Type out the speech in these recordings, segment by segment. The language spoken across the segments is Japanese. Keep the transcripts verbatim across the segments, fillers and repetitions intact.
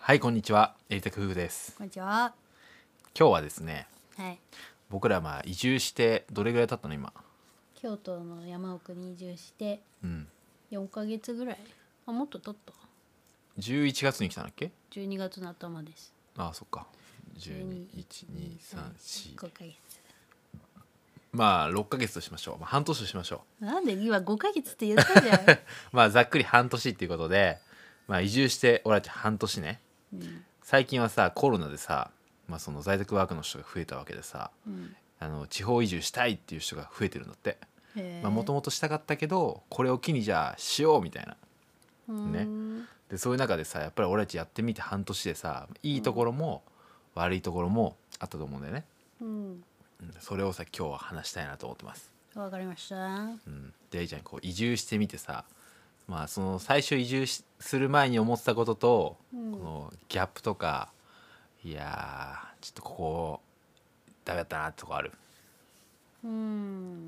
はい、こんにちは。エリテク夫婦です。 こんにちは。 今日はですね、 はい。 僕らまあ移住してどれぐらい経ったの今？ 京都の山奥に移住してうん。 よんかげつぐらい。あ、もっと経った。 じゅういちがつに来たんだっけ？ じゅうにがつの頭です。 ああ、そっか。じゅうに、いち、に、さん、よん。 ごかげつ。 まあろっかげつとしましょう。まあ半年としましょなんで今ごかげつって言ったじゃん。 う。まあざっくり半年っていうことで、まあ移住して俺たち半年ね。 うん。 最近はさ、コロナでさ、まあその在宅ワークの人が増えたわけでさ、 うん。 あの地方移住したいっていう人が増えてるんだって。 へえ。 まあもともとしたかったけど、これを機にじゃあしようみたいな。ね。 ね。 でそういう中でさ、やっぱり俺たちやってみて半年でさ、いいところも悪いところもあったと思うんだよね。 うん。 うんそれをさ今日は話したいなと思ってます。 わかりました。 うん、でエイちゃんこう移住してみてさ、まあその最初移住しする前に思ってたことと、 うんこのギャップとか、いやーちょっとここダメだったなってとこある？ うん。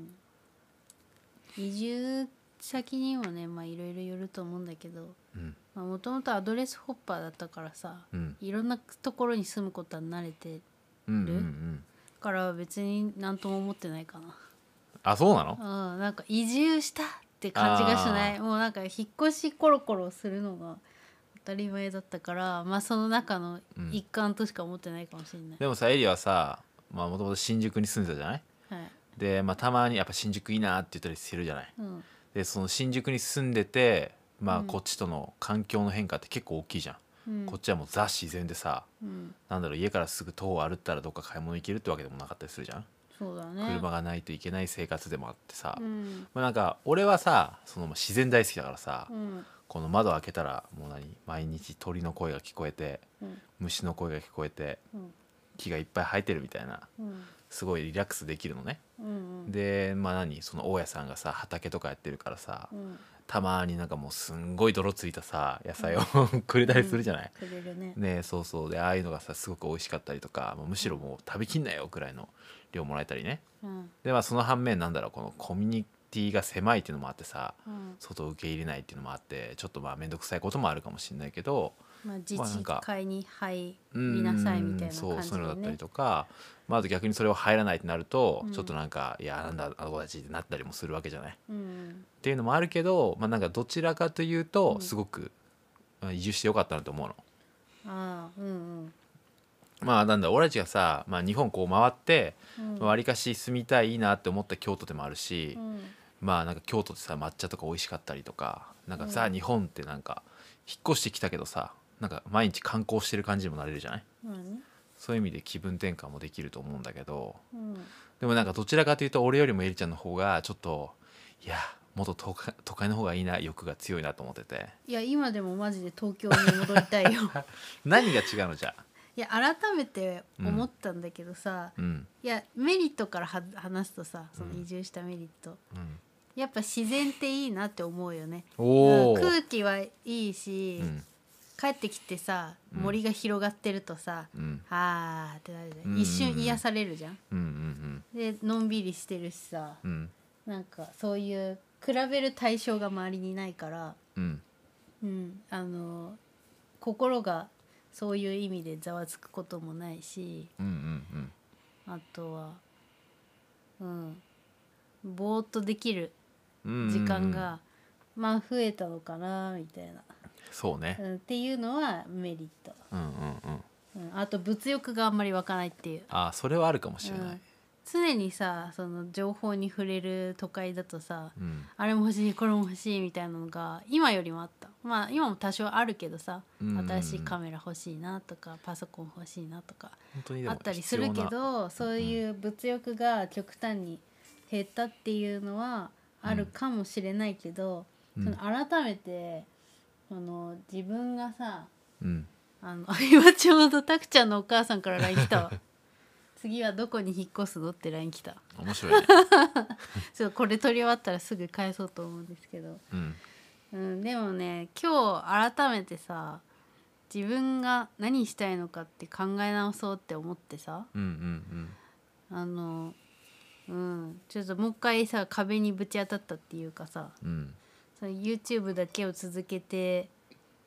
移住先にもね、まあいろいろよると思うんだけど、 うんまあもともとアドレスホッパーだったからさ、 うんいろんなところに住むことは慣れてうんうんうんから別になんとも思ってないかな。 あ、そうなの？ うん、なんか移住したって感じがしない。 あーもうなんか引っ越しコロコロするのが当たり前だったから、まあその中の一環としか思ってないかもしれない。 でもさエリはさ、まあもともと新宿に住んでたじゃない？ はい。 で、まあ、たまにやっぱ新宿いいなって言ったりするじゃない？ うん。 でその新宿に住んでて、まあ、 うんこっちとの環境の変化って結構大きいじゃん。 うんこっちはもうザ自然でさ、 うんなんだろう、家からすぐ徒歩歩ったらどっか買い物行けるってわけでもなかったりするじゃん。 そうだね。 車がないといけない生活でもあってさ、 うんまあ、なんか俺はさそのまあ自然大好きだからさ、 うんこの窓開けたらもう何毎日鳥の声が聞こえて、 うん虫の声が聞こえて、 うん木がいっぱい生えてるみたいな、 うんすごいリラックスできるのね。 うんでまあ何その大家さんがさ畑とかやってるからさ、 うんたまになんかもうすんごい泥ついたさ野菜をくれたりするじゃない、 くれるね。 ねえそうそうでああいうのがさすごく美味しかったりとか、もうむしろもう食べきんなよくらいの量もらえたりね。 うんでまあその反面なんだろう、このコミュニティが狭いっていうのもあってさ、 うん外を受け入れないっていうのもあってちょっとまあ面倒くさいこともあるかもしれないけど、 まあ自治まあなんか会に入うりなさいみんたいなそう感じでそういうのだったりね。 とか、まあ、あと逆にそれを入らないってなると、 うんちょっとなんかいやなんだあの子たちってなったりもするわけじゃないっうんていうのもあるけど、まあ、なんかどちらかというとうんすごくまあ移住してよかったなと思うの。 ああうんうんまあなんだ俺たちがさ、まあ、日本こう回ってうんわりかし住みたいいいなって思った京都でもあるし、 うんまあなんか京都ってさ抹茶とか美味しかったりとか、なんかうんザ日本ってなんか引っ越してきたけどさ、なんか毎日観光してる感じにもなれるじゃない？ まあね。 そういう意味で気分転換もできると思うんだけど、 うんでもなんかどちらかというと俺よりもエリちゃんの方がちょっといやもっと都会、都会の方がいいな欲が強いなと思ってて。 いや今でもマジで東京に戻りたいよ。 何が違うのじゃあ？ いや改めて思ったんだけどさ、 うんいやメリットからは話すとさ、その移住したメリット、 うんやっぱ自然っていいなって思うよね。 おお、 うん空気はいいし、 うん帰ってきてさうん森が広がってるとさ、 うんあーってなるじゃん、 うん一瞬癒されるじゃん。 うんうんでのんびりしてるしさ、 うんなんかそういう比べる対象が周りにないから、 うんうん、あの心がそういう意味でざわつくこともないし、 うんうんあとはうんぼーっとできるうん時間が、まあ増えたのかなみたいな、 そうね、 うん、っていうのはメリット、 うんうんうんうん、あと物欲があんまり湧かないっていう、 あそれはあるかもしれない、 うん常にさその情報に触れる都会だとさ、 うんあれも欲しいこれも欲しいみたいなのが今よりもあった。まあ今も多少あるけどさ、 うん新しいカメラ欲しいなとかパソコン欲しいなとか本当にでもあったりするけ必要な、 ど、そういう物欲が極端に減ったっていうのはあるかもしれないけど、 うんその改めてその自分がさうんあの今ちょうどたくちゃんのお母さんから ライン 来たわ。次はどこに引っ越すのって ライン 来た。 面白いねちょっとこれ取り終わったらすぐ返そうと思うんですけど、 うんうん、でもね今日改めてさ自分が何したいのかって考え直そうって思ってさ、 うんうんあのうんちょっともう一回さ壁にぶち当たったっていうかさ、 うんその YouTube だけを続けて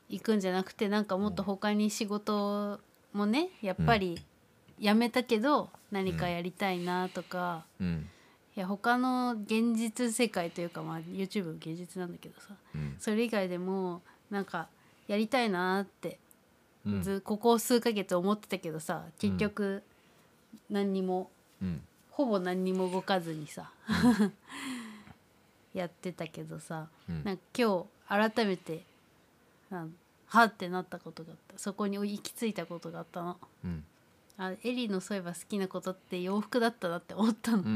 行くんじゃなくてなんかもっと他に仕事もねやっぱり辞めたけど何かやりたいなとか、 うん、 いや他の現実世界というかまあ YouTube 現実なんだけどさ、 うん、 それ以外でもなんかやりたいなってうんずここ数ヶ月思ってたけどさ結局何にも、 うん、 ほぼ何にも動かずにさ、やってたけどさ、 うん、 なんか今日改めてなんはってなったことがあった。そこに行き着いたことがあったの。 うん、 あエリのそういえば好きなことって洋服だったなって思ったの。 うん、うん、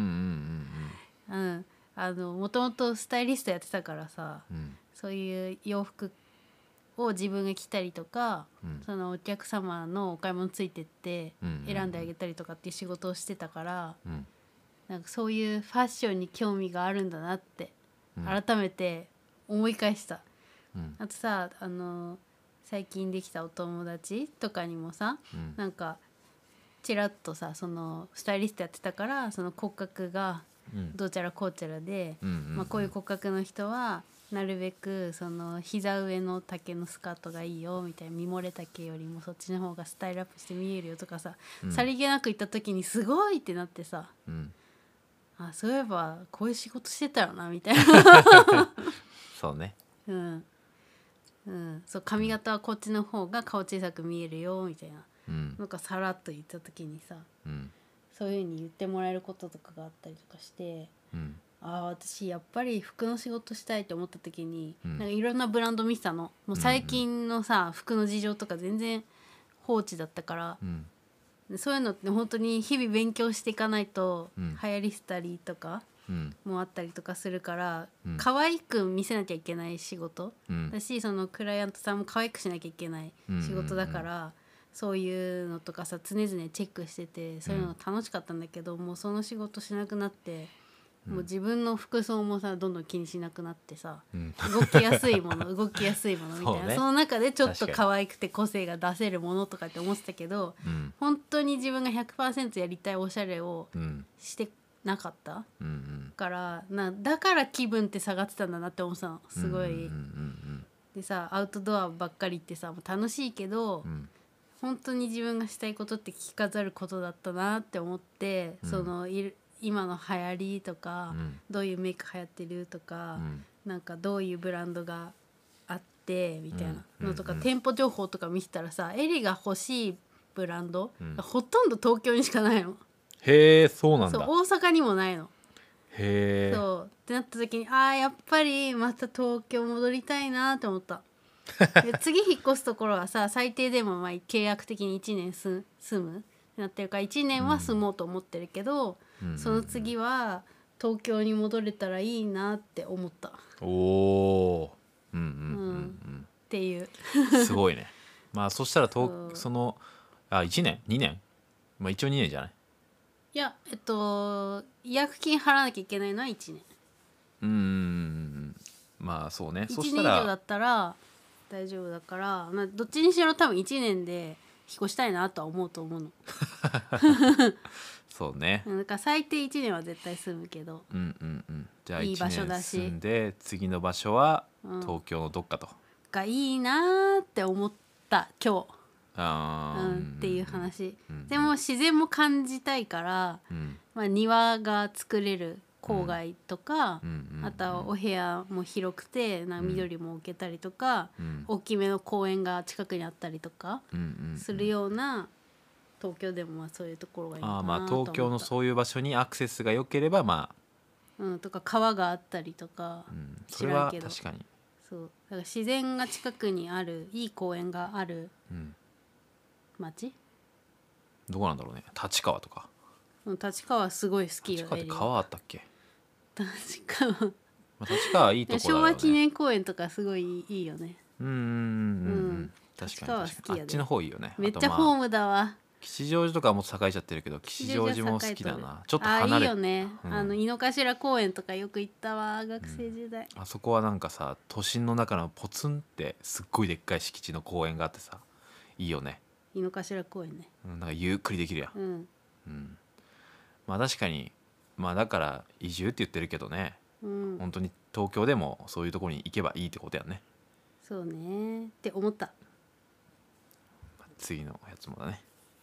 うん、あのもともとスタイリストやってたからさ、 うん、 そういう洋服を自分が着たりとか、 うん、 そのお客様のお買い物ついてってうん選んであげたりとかっていう仕事をしてたから、 うん、 なんかそういうファッションに興味があるんだなってうん改めて思い返した。 うん、 あとさあの最近できたお友達とかにもさ、 うん、 なんかちらっとさそのスタイリストやってたからその骨格がうん、 どうちゃらこうちゃらで、 うん、 まあ、こういう骨格の人はなるべくその膝上の丈のスカートがいいよみたいな、見漏れ丈よりもそっちの方がスタイルアップして見えるよとかさ、 うん、 さりげなく言った時にすごいってなってさ、 うん、 あそういえばこういう仕事してたよなみたいなそうね、 うんうん、そう髪型はこっちの方が顔小さく見えるよみたいなうん、 なんかさらっと言った時にさ、 うん、 そういう風に言ってもらえることとかがあったりとかして、 うん、 ああ私やっぱり服の仕事したいと思った時に、 うんなんかいろんなブランド見てたの。もう最近のさ、服の事情とか全然放置だったから、 うん、 でそういうのって本当に日々勉強していかないと、 うん流行りしたりとかうん、 もあったりとかするから、 うん可愛く見せなきゃいけない仕事うん、 だし、そのクライアントさんも可愛くしなきゃいけない仕事だから、そういうのとかさ常々チェックしてて、そういうのが楽しかったんだけど、もうその仕事しなくなって、もう自分の服装もさどんどん気にしなくなってさ、 うん、 動きやすいもの動きやすいものみたいなそそ,、 ねの中でちょっと確かに可愛くて個性が出せるものとかって思ってたけど、 うん、 本当に自分が ひゃくパーセント やりたいおしゃれをうん、 してなかったうん、 からな、だから気分って下がってたんだなって思ってたのすごい、 うん、うん、 でさアウトドアばっかりってさもう楽しいけど、 うん、 本当に自分がしたいことって着飾ることだったなって思って、 うんそのいる今の流行りとか、 うん、 どういうメイク流行ってるとか、 うんなんかどういうブランドがあってみたいなのとか、 うんうん店舗情報とか見てたらさエリが欲しいブランド、 うんほとんど東京にしかないの。 へえ、そうなんだ。 そう大阪にもないの。 へえ。 そうってなった時にあーやっぱりまた東京戻りたいなって思ったで次引っ越すところはさ最低でもまあ契約的にいちねん住住むってなってるからいちねんは住もうと思ってるけど、 うんその次は東京に戻れたらいいなって思ったっおおー。うんうんていううんうん。すごいね。まあそしたらとそうそのあいちねんにねんまあ一応にねんじゃない。 いやえっと違約金払わなきゃいけないのはいちねんうんうんうんうんまあそうね。そ 1 したら年以上だったら大丈夫だから、まあ、どっちにしろ多分いちねんで引っ越したいなとは思うと思うの。 そうね。 だから最低いちねんは絶対住むけどうんうんうん。じゃあいい 1年場所だし住んで次の場所はうん東京のどっかと。 がいいなーって思った今日、 あーうん、っていう話、 うんでも自然も感じたいから、 うんまあ、庭が作れる郊外とか、 うんうんあとはお部屋も広くてなんか緑も置けたりとか、 うん大きめの公園が近くにあったりとかうんうんするような東京でもまあそういうところがいいのあーかなと思った。 まあ東京のそういう場所にアクセスが良ければまあ、 うん、とか川があったりとか、 うん、それは知らんけど確かに、 そうだから自然が近くにあるいい公園があるうん、 町、 どこなんだろうね。立川とか。 うん、立川すごい好きよ立川ってエリは川あったっけ。 立川まあ、立川いいとこだよね。 昭和記念公園とかすごいいいよね。 うんうんうんうん、ううんん、確立か川好きやでに確かにあっちの方いいよね。 めっちゃあとまあホームだわ。 吉祥寺とかはもっと栄えちゃってるけど吉祥寺も好きだな。ちょっと離れあいいよね、 うんあの井の頭公園とかよく行ったわ学生時代、 あそこはなんかさ都心の中のポツンってすっごいでっかい敷地の公園があってさいいよね。 井の頭公園ね。 うんなんかゆっくりできるやん、 うんうん、まあ確かにまあだから移住って言ってるけどねうん本当に東京でもそういうところに行けばいいってことやね。 そうねって思った。 次のやつもだね。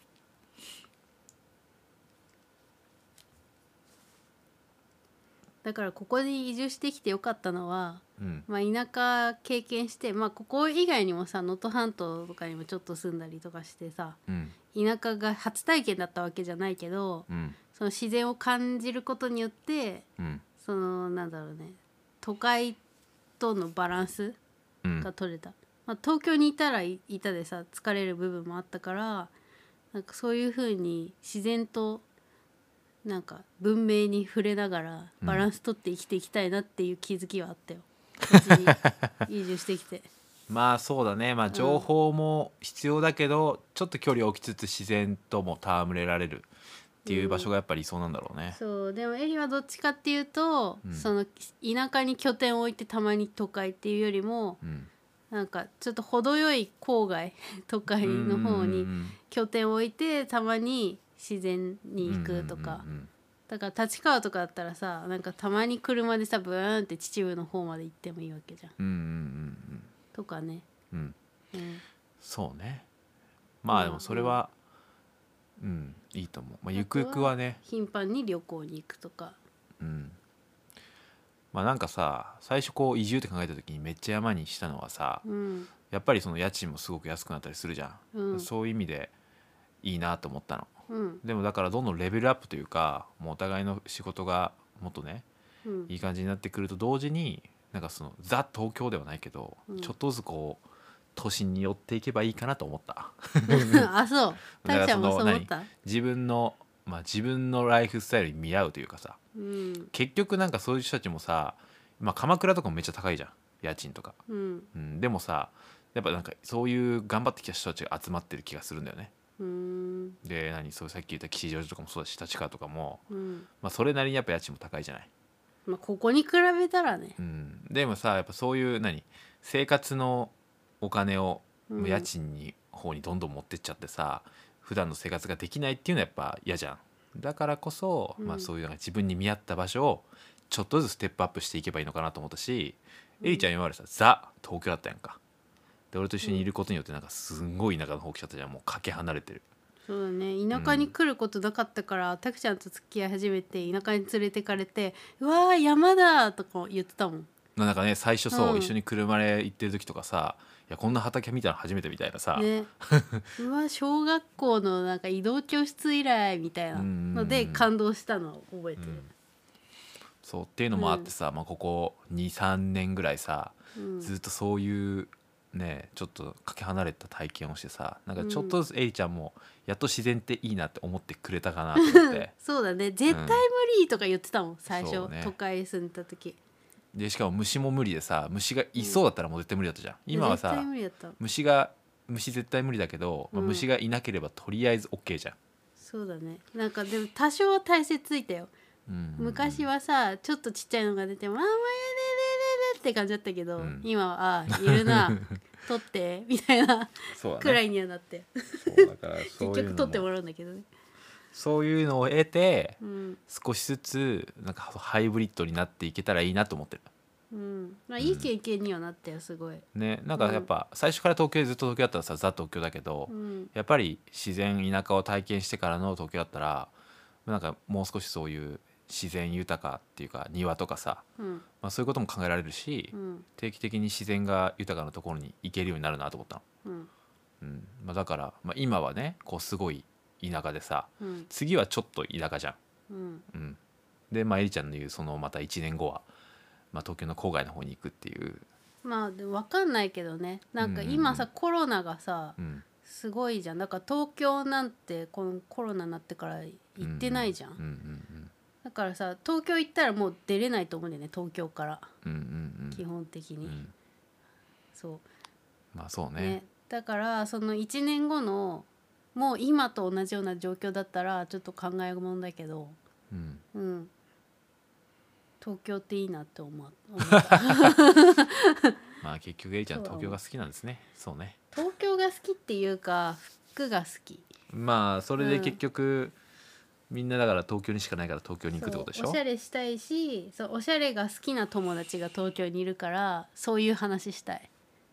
だからここに移住してきてよかったのは、 うんまあ、田舎経験して、まあ、ここ以外にもさ能登半島とかにもちょっと住んだりとかしてさ、 うん田舎が初体験だったわけじゃないけど、 うんその自然を感じることによってうんそのなんだろうね都会とのバランスうんが取れた、まあ、東京にいたらいいたでさ疲れる部分もあったから、なんかそういう風に自然となんか文明に触れながらバランス取って生きていきたいなっていう気づきはあったよ、こっちに移住してきて。 まあそうだね、まあ情報も必要だけど、ちょっと距離を置きつつ自然とも戯れられるっていう場所がやっぱり理想なんだろうね。 そうでもエリはどっちかっていうと、 うんその田舎に拠点を置いてたまに都会っていうよりも、 うんなんかちょっと程よい郊外都会の方に拠点を置いてたまに自然に行くとか、 うんうんうんだから立川とかだったらさなんかたまに車でさブーンって秩父の方まで行ってもいいわけじゃん、 うんうんうんとかね、 うんうんうん、 そうね。まあでもそれはうんいいと思う。まあゆくゆくはね、 頻繁に旅行に行くとか。 うんまあなんかさ、最初こう移住って考えた時にめっちゃ山にしたのはさ、 うんやっぱりその家賃もすごく安くなったりするじゃん、 うんそういう意味でいいなと思ったの。 うんでもだからどんどんレベルアップというか、もうお互いの仕事がもっとねうんいい感じになってくると同時に、なんかそのザ東京ではないけど、 うんちょっとずつこう都心に寄っていけばいいかなと思った。 あそうたいちゃんもそう思った。 自分のまあ自分のライフスタイルに見合うというかさ、 うん結局なんかそういう人たちもさ、まあ、鎌倉とかもめっちゃ高いじゃん、家賃とか、 うんうん、でもさやっぱなんかそういう頑張ってきた人たちが集まってる気がするんだよね。 うんで何そうさっき言った吉祥寺とかもそうだし立川とかも、 うんまあ、それなりにやっぱ家賃も高いじゃない、 まあここに比べたらね、 うん、でもさやっぱそういう何生活のお金をうん家賃に方にどんどん持ってっちゃってさ、普段の生活ができないっていうのはやっぱ嫌じゃん。だからこそ、 うんまあ、そういうのが自分に見合った場所をちょっとずつステップアップしていけばいいのかなと思ったし、 うんエリちゃん今までさザ東京だったやんか。で俺と一緒にいることによってなんかすんごい田舎の方来ちゃったじゃん。もうかけ離れてる。 そうだね田舎に来ることなかったから、たくちゃんと付き合い始めて田舎に連れてかれてうわー山だとか言ってたもん。 なんかね最初そう、 うん一緒に車で行ってる時とかさ、いやこんな畑見たの初めてみたいなさ、 ね、うわ小学校のなんか移動教室以来みたいなので感動したのを覚えてる、 うんそうっていうのもあってさ、まあ、ここにさんねんぐらいさ、 うんずっとそういうねちょっとかけ離れた体験をしてさ、なんかちょっとずつエリちゃんもやっと自然っていいなって思ってくれたかなと思ってそうだね絶対無理とか言ってたもん、最初、 そうね都会に住んでた時。 でしかも虫も無理でさ、虫がいそうだったらもう絶対無理だったじゃん、今は絶対さ無理だった。 虫が虫絶対無理だけど、まあうん虫がいなければとりあえず OK じゃん、 そうだねなんかでも多少は体勢ついたよ。 うん昔はさちょっとちっちゃいのが出ても「あんまやねねねね」って感じだったけど、 うん今は「あいるな取って」みたいなそうだねくらいにはなってそうだから結そういうのも局取ってもらうんだけどね。 そういうのを得てうん少しずつなんかハイブリッドになっていけたらいいなと思ってるうんまあいい経験にはなったよすごい。 ね。なんかやっぱ最初から東京でずっと東京だったらさザ東京だけど、 うんやっぱり自然田舎を体験してからの東京だったらなんかもう少しそういう自然豊かっていうか庭とかさ、 うんまあ、そういうことも考えられるし、 うん定期的に自然が豊かなところに行けるようになるなと思ったの、 うんうんまあ、だから、まあ、今はねこうすごい田舎でさ、 うん次はちょっと田舎じゃん、 うんうん、でまあエリちゃんの言うそのまたいちねんごは、まあ、東京の郊外の方に行くっていう、 まあでも分かんないけどねなんかうんうんうん今さ、コロナがさうん、 すごいじゃん。だから東京なんてこのコロナになってから行ってないじゃん、 うんうんだからさ東京行ったらもう出れないと思うんだよね東京からうんうんうんうん基本的に、 うんそまあそううねねだからそのいちねんごのもう今と同じような状況だったらちょっと考えもんだけど、 うんうん東京っていいなって思う思ったまあ結局エリちゃんそう東京が好きなんですね。そうね。 東京が好きっていうか服が好き。 まあそれで結局、みんなだから東京にしかないから東京に行くってことでしょ。 そうおしゃれしたいしそうおしゃれが好きな友達が東京にいるからそういう話したい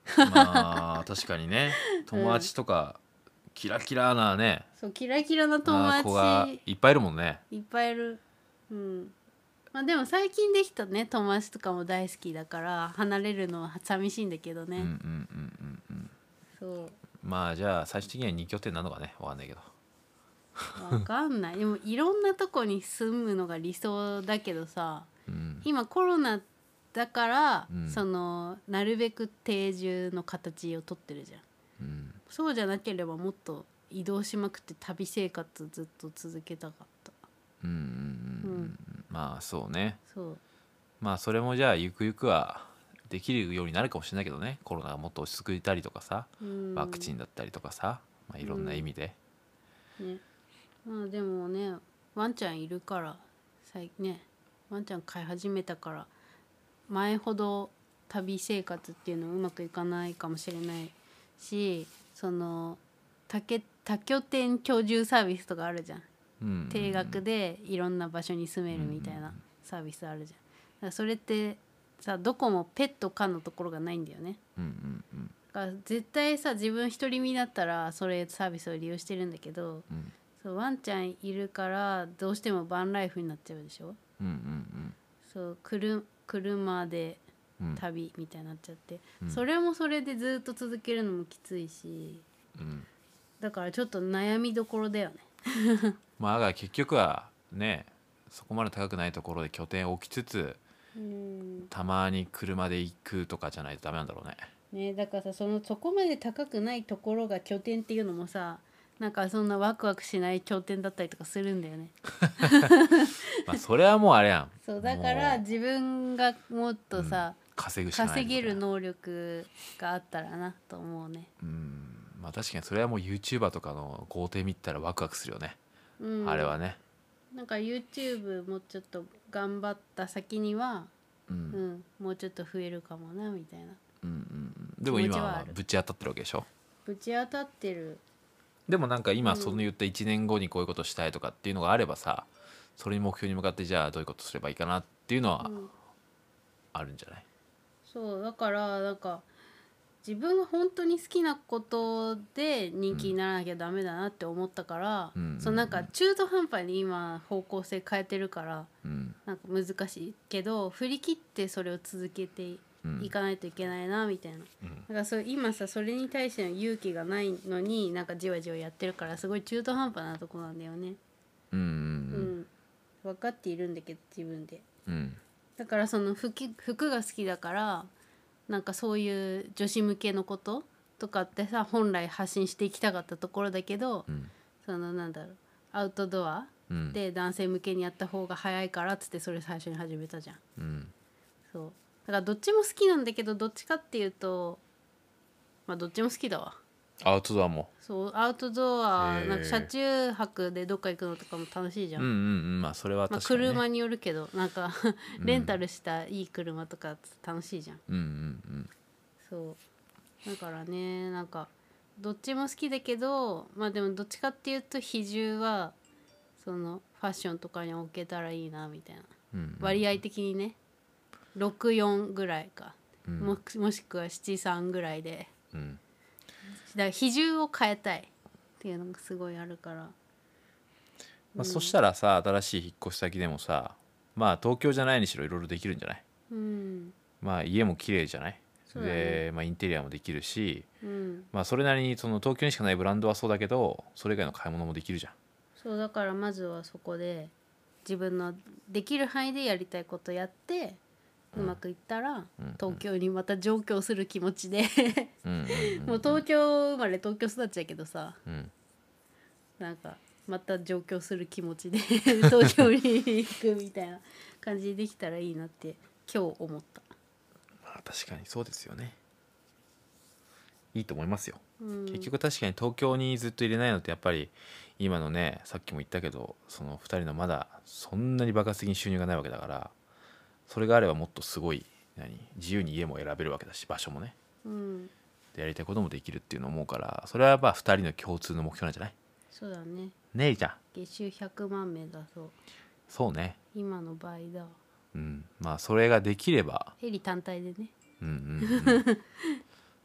まあ確かにね、友達とか、キラキラなね、 そうキラキラな友あー子が達いっぱいいるもんね。 いっぱいいる。うんまあでも最近できたね友達とかも大好きだから離れるのは寂しいんだけどね、 うんうんうんうんうん。 そうまあじゃあ最終的にはに拠点なのかね、わかんないけど。 わかんないでもいろんなとこに住むのが理想だけどさ、 うん、 今コロナだから、 うんそのなるべく定住の形をとってるじゃん。 うん、 そうじゃなければもっと移動しまくって旅生活ずっと続けたかった。 うんうんうんううんん。まあそうね。 そうまあそれもじゃあゆくゆくはできるようになるかもしれないけどね、コロナがもっと落ち着いたりとかさ、 うんワクチンだったりとかさ、まあ、いろんな意味で、 ねまあでもねワンちゃんいるから最ねワンちゃん飼い始めたから前ほど旅生活っていうのはうまくいかないかもしれないし、その多拠多拠点居住サービスとかあるじゃん。 うんうんうん、 定額でいろんな場所に住めるみたいなサービスあるじゃん。だからそれってさどこもペット可のところがないんだよね。 うんうんうんだから絶対さ自分独り身だったらそれサービスを利用してるんだけど、 うんそうワンちゃんいるからどうしてもバンライフになっちゃうでしょ。 うんうんそうくる車でうん旅みたいになっちゃって、 うんそれもそれでずっと続けるのもきついし、 うんだからちょっと悩みどころだよね。 まあだから結局はね、そこまで高くないところで拠点を置きつつ、 うんたまに車で行くとかじゃないとダメなんだろうね。 ね、だからさそのそこまで高くないところが拠点っていうのもさなんかそんなワクワクしない拠点だったりとかするんだよね。 まあそれはもうあれやん。 そうだからもう自分がもっとさ、 稼ぐしかない稼げるって能力があったらなと思うね。 ことや。うんまあ確かにそれはもう YouTuber とかの豪邸見たらワクワクするよね、 うん、 あれはね。 なんか YouTube もちょっと頑張った先には、 うん、 うん、もうちょっと増えるかもなみたいな。 うんうんうん、でも今はぶち当たってるわけでしょ。 ぶち当たってる。 でもなんか今その言ったいちねんごにこういうことしたいとかっていうのがあればさ、それに目標に向かってじゃあどういうことすればいいかなっていうのはうんあるんじゃない？ そうだからなんか自分が本当に好きなことで人気にならなきゃダメだなって思ったから、 うんうんそうなんか中途半端に今方向性変えてるからうんなんか難しいけど振り切ってそれを続けてうんいかないといけないなみたいな。 うんだからそう今さそれに対しての勇気がないのになんかじわじわやってるからすごい中途半端なとこなんだよね。 うんううんん、分かっているんだけど自分で。 うんだからその服服が好きだからなんかそういう女子向けのこととかってさ本来発信していきたかったところだけど、 うんそのなんだろうアウトドアうんで男性向けにやった方が早いからっつってそれ最初に始めたじゃん。 うんそうだからどっちも好きなんだけどどっちかっていうとまあどっちも好きだわ。 アウトドアも。 そうアウトドアへーなんか車中泊でどっか行くのとかも楽しいじゃん。 うんうんうんまあそれはまあ、 確かにね。 車によるけどなんかレンタルしたいい車とか楽しいじゃん。 うんうんそうだからねなんかどっちも好きだけどまあでもどっちかっていうと比重はそのファッションとかに置けたらいいなみたいな、 うんうん割合的にねろくよんぐらいか、 うんももしくはななさんぐらいでうんだから比重を変えたいっていうのがすごいあるから、 まあ、そしたらさ新しい引っ越し先でもさまあ東京じゃないにしろいろいろできるんじゃない？ うんまあ家も綺麗じゃない？ そうだねで、まあ、インテリアもできるし、 うんまあ、それなりにその東京にしかないブランドはそうだけどそれ以外の買い物もできるじゃん。 そうだからまずはそこで自分のできる範囲でやりたいことやってうまくいったら、 うん東京にまた上京する気持ちでうんうんもう東京生まれ東京育ちだけどさうんうんなんかまた上京する気持ちで東京に行くみたいな感じでできたらいいなって今日思った。 まあ確かにそうですよね。いいと思いますよ。 うん結局確かに東京にずっと入れないのってやっぱり今のねさっきも言ったけどそのふたりのまだそんなに爆発的に収入がないわけだからそれがあればもっとすごい何自由に家も選べるわけだし場所もねうんでやりたいこともできるっていうのを思うからそれはやっぱふたりの共通の目標なんじゃない？ そうだねねえじゃん。 月収ひゃくまん名だそうそうね。 今の場合だわうんまあそれができればヘリ単体でねうんうんうん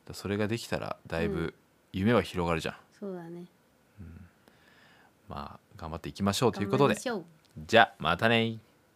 だそれができたらだいぶ夢は広がるじゃん、 そうだね。 まあ頑張っていきましょうということで、 頑張りましょう。 じゃあまたね。